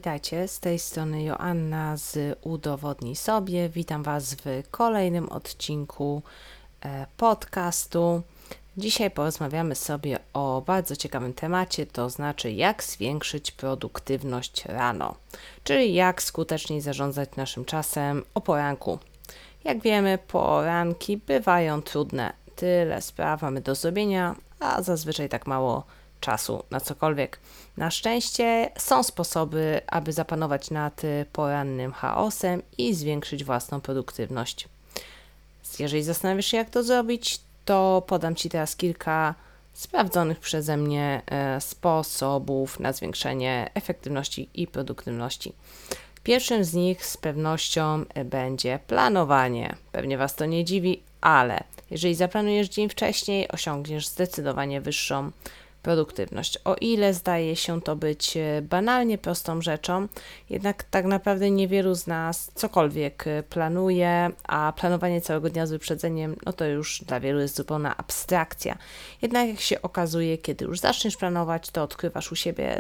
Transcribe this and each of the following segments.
witajcie. Z tej strony Joanna z Udowodnij Sobie. Witam Was w kolejnym odcinku podcastu. Dzisiaj porozmawiamy sobie o bardzo ciekawym temacie, to znaczy jak zwiększyć produktywność rano, czyli jak skuteczniej zarządzać naszym czasem o poranku. Jak wiemy, poranki bywają trudne. Tyle spraw mamy do zrobienia, a zazwyczaj tak mało czasu na cokolwiek. Na szczęście są sposoby, aby zapanować nad porannym chaosem i zwiększyć własną produktywność. Jeżeli zastanawiasz się, jak to zrobić, to podam Ci teraz kilka sprawdzonych przeze mnie sposobów na zwiększenie efektywności i produktywności. Pierwszym z nich z pewnością będzie planowanie. Pewnie Was to nie dziwi, ale jeżeli zaplanujesz dzień wcześniej, osiągniesz zdecydowanie wyższą produktywność. O ile zdaje się to być banalnie prostą rzeczą, jednak tak naprawdę niewielu z nas cokolwiek planuje, a planowanie całego dnia z wyprzedzeniem, no to już dla wielu jest zupełna abstrakcja. Jednak jak się okazuje, kiedy już zaczniesz planować, to odkrywasz u siebie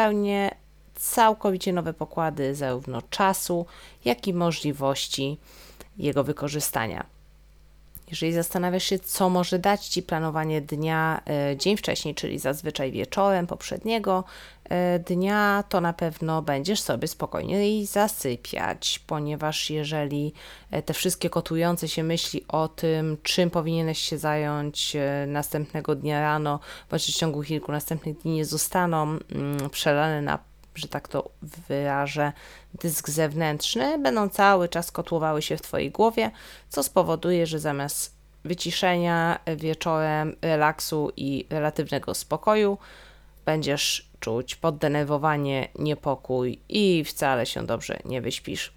całkowicie nowe pokłady zarówno czasu, jak i możliwości jego wykorzystania. Jeżeli zastanawiasz się, co może dać Ci planowanie dnia dzień wcześniej, czyli zazwyczaj wieczorem poprzedniego dnia, to na pewno będziesz sobie spokojniej zasypiać, ponieważ jeżeli te wszystkie kotujące się myśli o tym, czym powinieneś się zająć następnego dnia rano, bądź w ciągu kilku następnych dni nie zostaną przelane na, że tak to wyrażę, dysk zewnętrzny, będą cały czas kotłowały się w Twojej głowie, co spowoduje, że zamiast wyciszenia wieczorem, relaksu i relatywnego spokoju, będziesz czuć poddenerwowanie, niepokój i wcale się dobrze nie wyśpisz.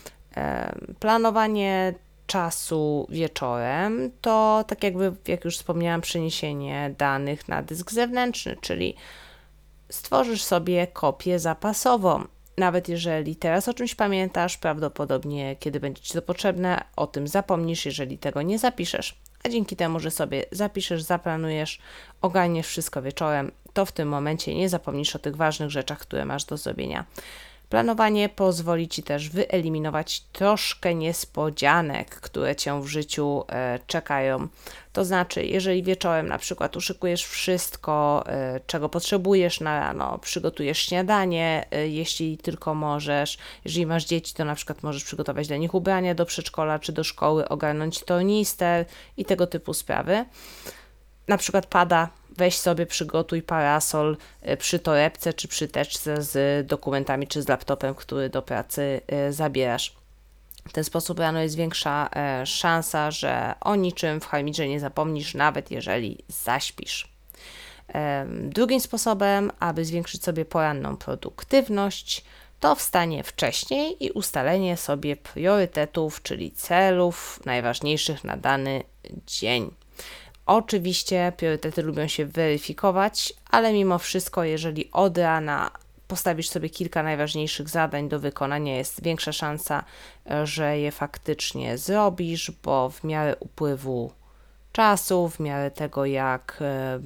Planowanie czasu wieczorem to, tak jakby, jak już wspomniałam, przeniesienie danych na dysk zewnętrzny, czyli stworzysz sobie kopię zapasową. Nawet jeżeli teraz o czymś pamiętasz, prawdopodobnie kiedy będzie Ci to potrzebne, o tym zapomnisz, jeżeli tego nie zapiszesz. A dzięki temu, że sobie zapiszesz, zaplanujesz, ogarniesz wszystko wieczorem, to w tym momencie nie zapomnisz o tych ważnych rzeczach, które masz do zrobienia. Planowanie pozwoli Ci też wyeliminować troszkę niespodzianek, które Cię w życiu czekają. To znaczy, jeżeli wieczorem na przykład uszykujesz wszystko, czego potrzebujesz na rano, przygotujesz śniadanie, jeśli tylko możesz. Jeżeli masz dzieci, to na przykład możesz przygotować dla nich ubrania do przedszkola czy do szkoły, ogarnąć tornister i tego typu sprawy. Na przykład pada, weź sobie, przygotuj parasol przy torebce czy przy teczce z dokumentami czy z laptopem, który do pracy zabierasz. W ten sposób rano jest większa szansa, że o niczym w harmidrze nie zapomnisz, nawet jeżeli zaśpisz. Drugim sposobem, aby zwiększyć sobie poranną produktywność, to wstanie wcześniej i ustalenie sobie priorytetów, czyli celów najważniejszych na dany dzień. Oczywiście priorytety lubią się weryfikować, ale mimo wszystko, jeżeli od rana postawisz sobie kilka najważniejszych zadań do wykonania, jest większa szansa, że je faktycznie zrobisz, bo w miarę upływu czasu, w miarę tego, jak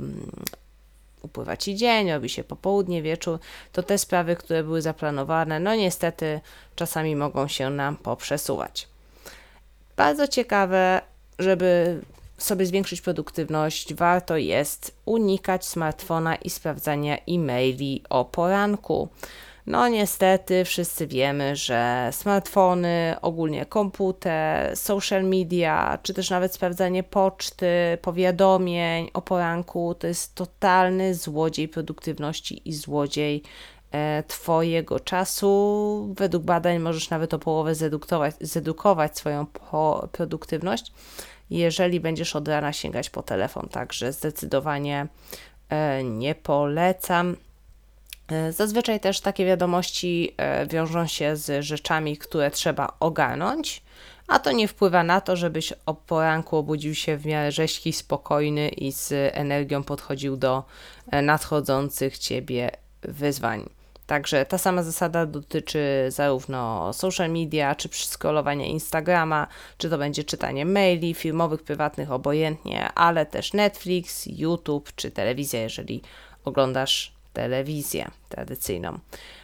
upływa Ci dzień, robi się popołudnie, wieczór, to te sprawy, które były zaplanowane, no niestety czasami mogą się nam poprzesuwać. Bardzo ciekawe, żeby sobie zwiększyć produktywność, warto jest unikać smartfona i sprawdzania e-maili o poranku. No niestety wszyscy wiemy, że smartfony, ogólnie komputer, social media, czy też nawet sprawdzanie poczty, powiadomień o poranku to jest totalny złodziej produktywności i złodziej Twojego czasu. Według badań możesz nawet o połowę zedukować swoją produktywność, jeżeli będziesz od rana sięgać po telefon. Także zdecydowanie nie polecam. Zazwyczaj też takie wiadomości wiążą się z rzeczami, które trzeba ogarnąć, a to nie wpływa na to, żebyś o poranku obudził się w miarę rześki, spokojny i z energią podchodził do nadchodzących Ciebie wyzwań. Także ta sama zasada dotyczy zarówno social media, czy scrollowania Instagrama, czy to będzie czytanie maili, filmowych, prywatnych, obojętnie, ale też Netflix, YouTube, czy telewizja, jeżeli oglądasz telewizję tradycyjną.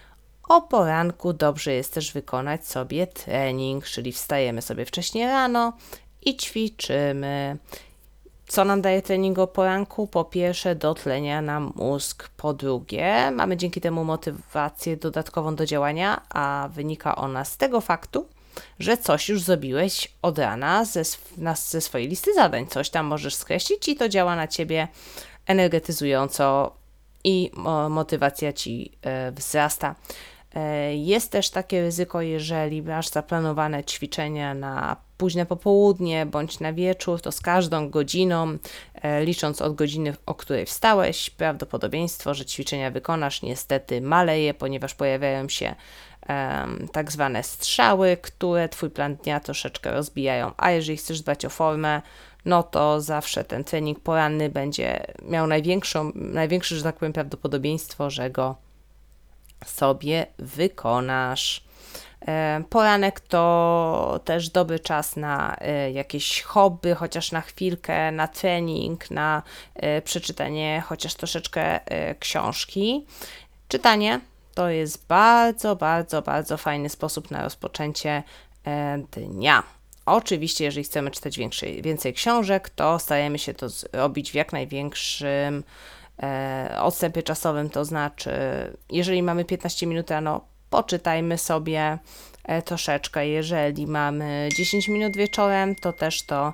O poranku dobrze jest też wykonać sobie trening, czyli wstajemy sobie wcześniej rano i ćwiczymy. Co nam daje trening o poranku? Po pierwsze, dotlenia nam mózg. Po drugie, mamy dzięki temu motywację dodatkową do działania, a wynika ona z tego faktu, że coś już zrobiłeś od rana ze swojej listy zadań. Coś tam możesz skreślić i to działa na Ciebie energetyzująco i motywacja Ci wzrasta. Jest też takie ryzyko, jeżeli masz zaplanowane ćwiczenia na późne popołudnie bądź na wieczór, to z każdą godziną, licząc od godziny, o której wstałeś, prawdopodobieństwo, że ćwiczenia wykonasz, niestety maleje, ponieważ pojawiają się tak zwane strzały, które Twój plan dnia troszeczkę rozbijają. A jeżeli chcesz dbać o formę, no to zawsze ten trening poranny będzie miał największe, że tak powiem, prawdopodobieństwo, że go sobie wykonasz. Poranek to też dobry czas na jakieś hobby, chociaż na chwilkę, na trening, na przeczytanie chociaż troszeczkę książki. Czytanie to jest bardzo, bardzo, bardzo fajny sposób na rozpoczęcie dnia. Oczywiście, jeżeli chcemy czytać więcej książek, to starajmy się to zrobić w jak największym odstępie czasowym, to znaczy, jeżeli mamy 15 minut rano, poczytajmy sobie troszeczkę, jeżeli mamy 10 minut wieczorem, to też to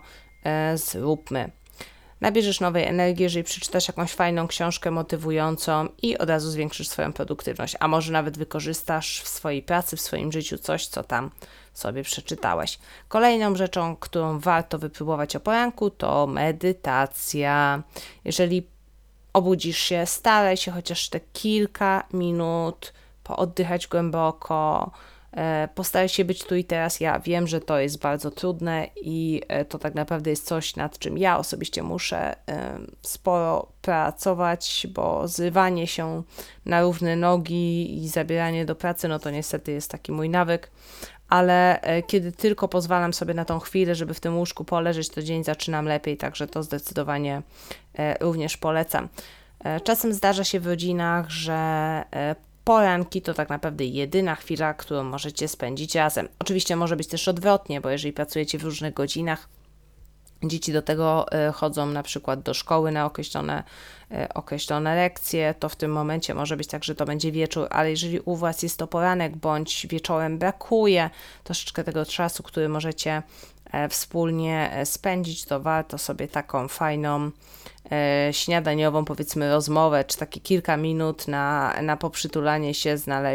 zróbmy. Nabierzesz nowej energii, jeżeli przeczytasz jakąś fajną książkę motywującą i od razu zwiększysz swoją produktywność, a może nawet wykorzystasz w swojej pracy, w swoim życiu coś, co tam sobie przeczytałeś. Kolejną rzeczą, którą warto wypróbować o poranku, to medytacja. Jeżeli obudzisz się, staraj się chociaż te kilka minut pooddychać głęboko, postaraj się być tu i teraz. Ja wiem, że to jest bardzo trudne i to tak naprawdę jest coś, nad czym ja osobiście muszę sporo pracować, bo zrywanie się na równe nogi i zabieranie do pracy, no to niestety jest taki mój nawyk, ale kiedy tylko pozwalam sobie na tą chwilę, żeby w tym łóżku poleżeć, to dzień zaczynam lepiej, także to zdecydowanie również polecam. Czasem zdarza się w rodzinach, że poranki to tak naprawdę jedyna chwila, którą możecie spędzić razem. Oczywiście może być też odwrotnie, bo jeżeli pracujecie w różnych godzinach, dzieci do tego chodzą na przykład do szkoły na określone lekcje, to w tym momencie może być tak, że to będzie wieczór, ale jeżeli u Was jest to poranek, bądź wieczorem brakuje troszeczkę tego czasu, który możecie wspólnie spędzić, to warto sobie taką fajną śniadaniową, powiedzmy, rozmowę, czy takie kilka minut na poprzytulanie się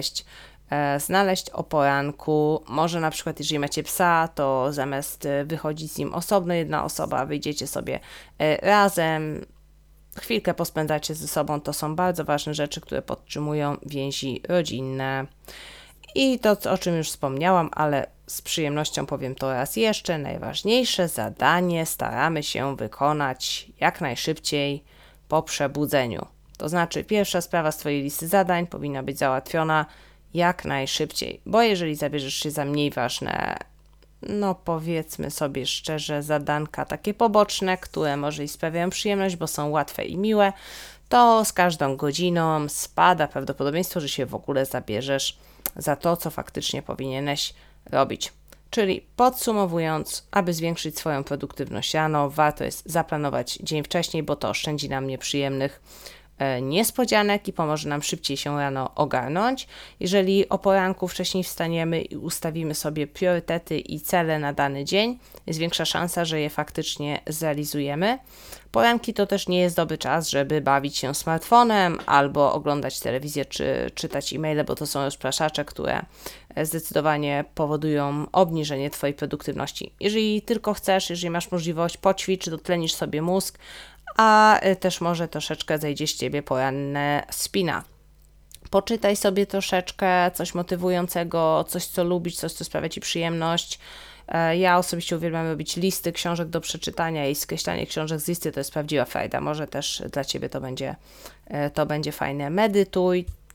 znaleźć o poranku. Może na przykład, jeżeli macie psa, to zamiast wychodzić z nim osobno, jedna osoba, wyjdziecie sobie razem, chwilkę pospędzacie ze sobą. To są bardzo ważne rzeczy, które podtrzymują więzi rodzinne. I to, o czym już wspomniałam, ale z przyjemnością powiem to raz jeszcze, najważniejsze zadanie staramy się wykonać jak najszybciej po przebudzeniu. To znaczy, pierwsza sprawa z Twojej listy zadań powinna być załatwiona jak najszybciej, bo jeżeli zabierzesz się za mniej ważne, no powiedzmy sobie szczerze, zadanka takie poboczne, które może i sprawiają przyjemność, bo są łatwe i miłe, to z każdą godziną spada prawdopodobieństwo, że się w ogóle zabierzesz za to, co faktycznie powinieneś robić. Czyli podsumowując, aby zwiększyć swoją produktywność rano, warto jest zaplanować dzień wcześniej, bo to oszczędzi nam nieprzyjemnych niespodzianek i pomoże nam szybciej się rano ogarnąć. Jeżeli o poranku wcześniej wstaniemy i ustawimy sobie priorytety i cele na dany dzień, jest większa szansa, że je faktycznie zrealizujemy. Poranki to też nie jest dobry czas, żeby bawić się smartfonem albo oglądać telewizję czy czytać e-maile, bo to są rozpraszacze, które zdecydowanie powodują obniżenie Twojej produktywności. Jeżeli tylko chcesz, jeżeli masz możliwość, poćwicz, dotlenisz sobie mózg, a też może troszeczkę zejdzie z Ciebie poranne spina. Poczytaj sobie troszeczkę, coś motywującego, coś co lubisz, coś co sprawia Ci przyjemność. Ja osobiście uwielbiam robić listy książek do przeczytania i skreślanie książek z listy to jest prawdziwa frajda. Może też dla Ciebie to będzie fajne. Medytuj,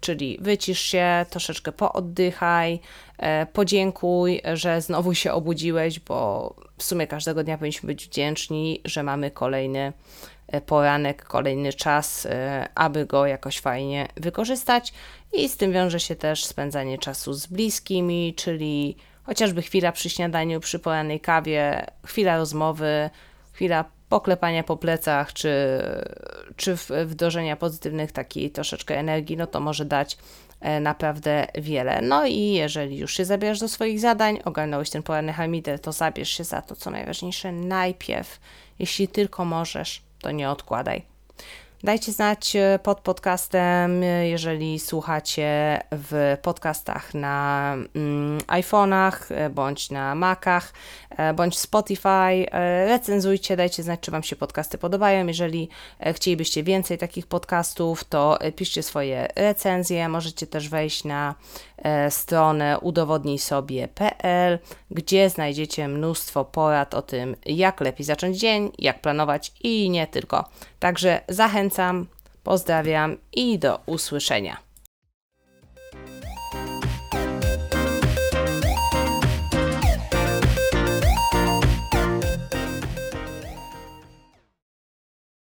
czyli wycisz się, troszeczkę pooddychaj, podziękuj, że znowu się obudziłeś, bo w sumie każdego dnia powinniśmy być wdzięczni, że mamy kolejny poranek, kolejny czas, aby go jakoś fajnie wykorzystać i z tym wiąże się też spędzanie czasu z bliskimi, czyli chociażby chwila przy śniadaniu, przy porannej kawie, chwila rozmowy, chwila poklepania po plecach, czy wdrożenia pozytywnych takiej troszeczkę energii, no to może dać naprawdę wiele. No i jeżeli już się zabierasz do swoich zadań, ogarnąłeś ten poranny harmider, to zabierz się za to, co najważniejsze najpierw. Jeśli tylko możesz, to nie odkładaj. Dajcie znać pod podcastem, jeżeli słuchacie w podcastach na iPhone'ach, bądź na Macach, bądź Spotify. Recenzujcie, dajcie znać, czy Wam się podcasty podobają. Jeżeli chcielibyście więcej takich podcastów, to piszcie swoje recenzje. Możecie też wejść na stronę udowodnijsobie.pl, gdzie znajdziecie mnóstwo porad o tym, jak lepiej zacząć dzień, jak planować i nie tylko. Także zachęcam, pozdrawiam i do usłyszenia.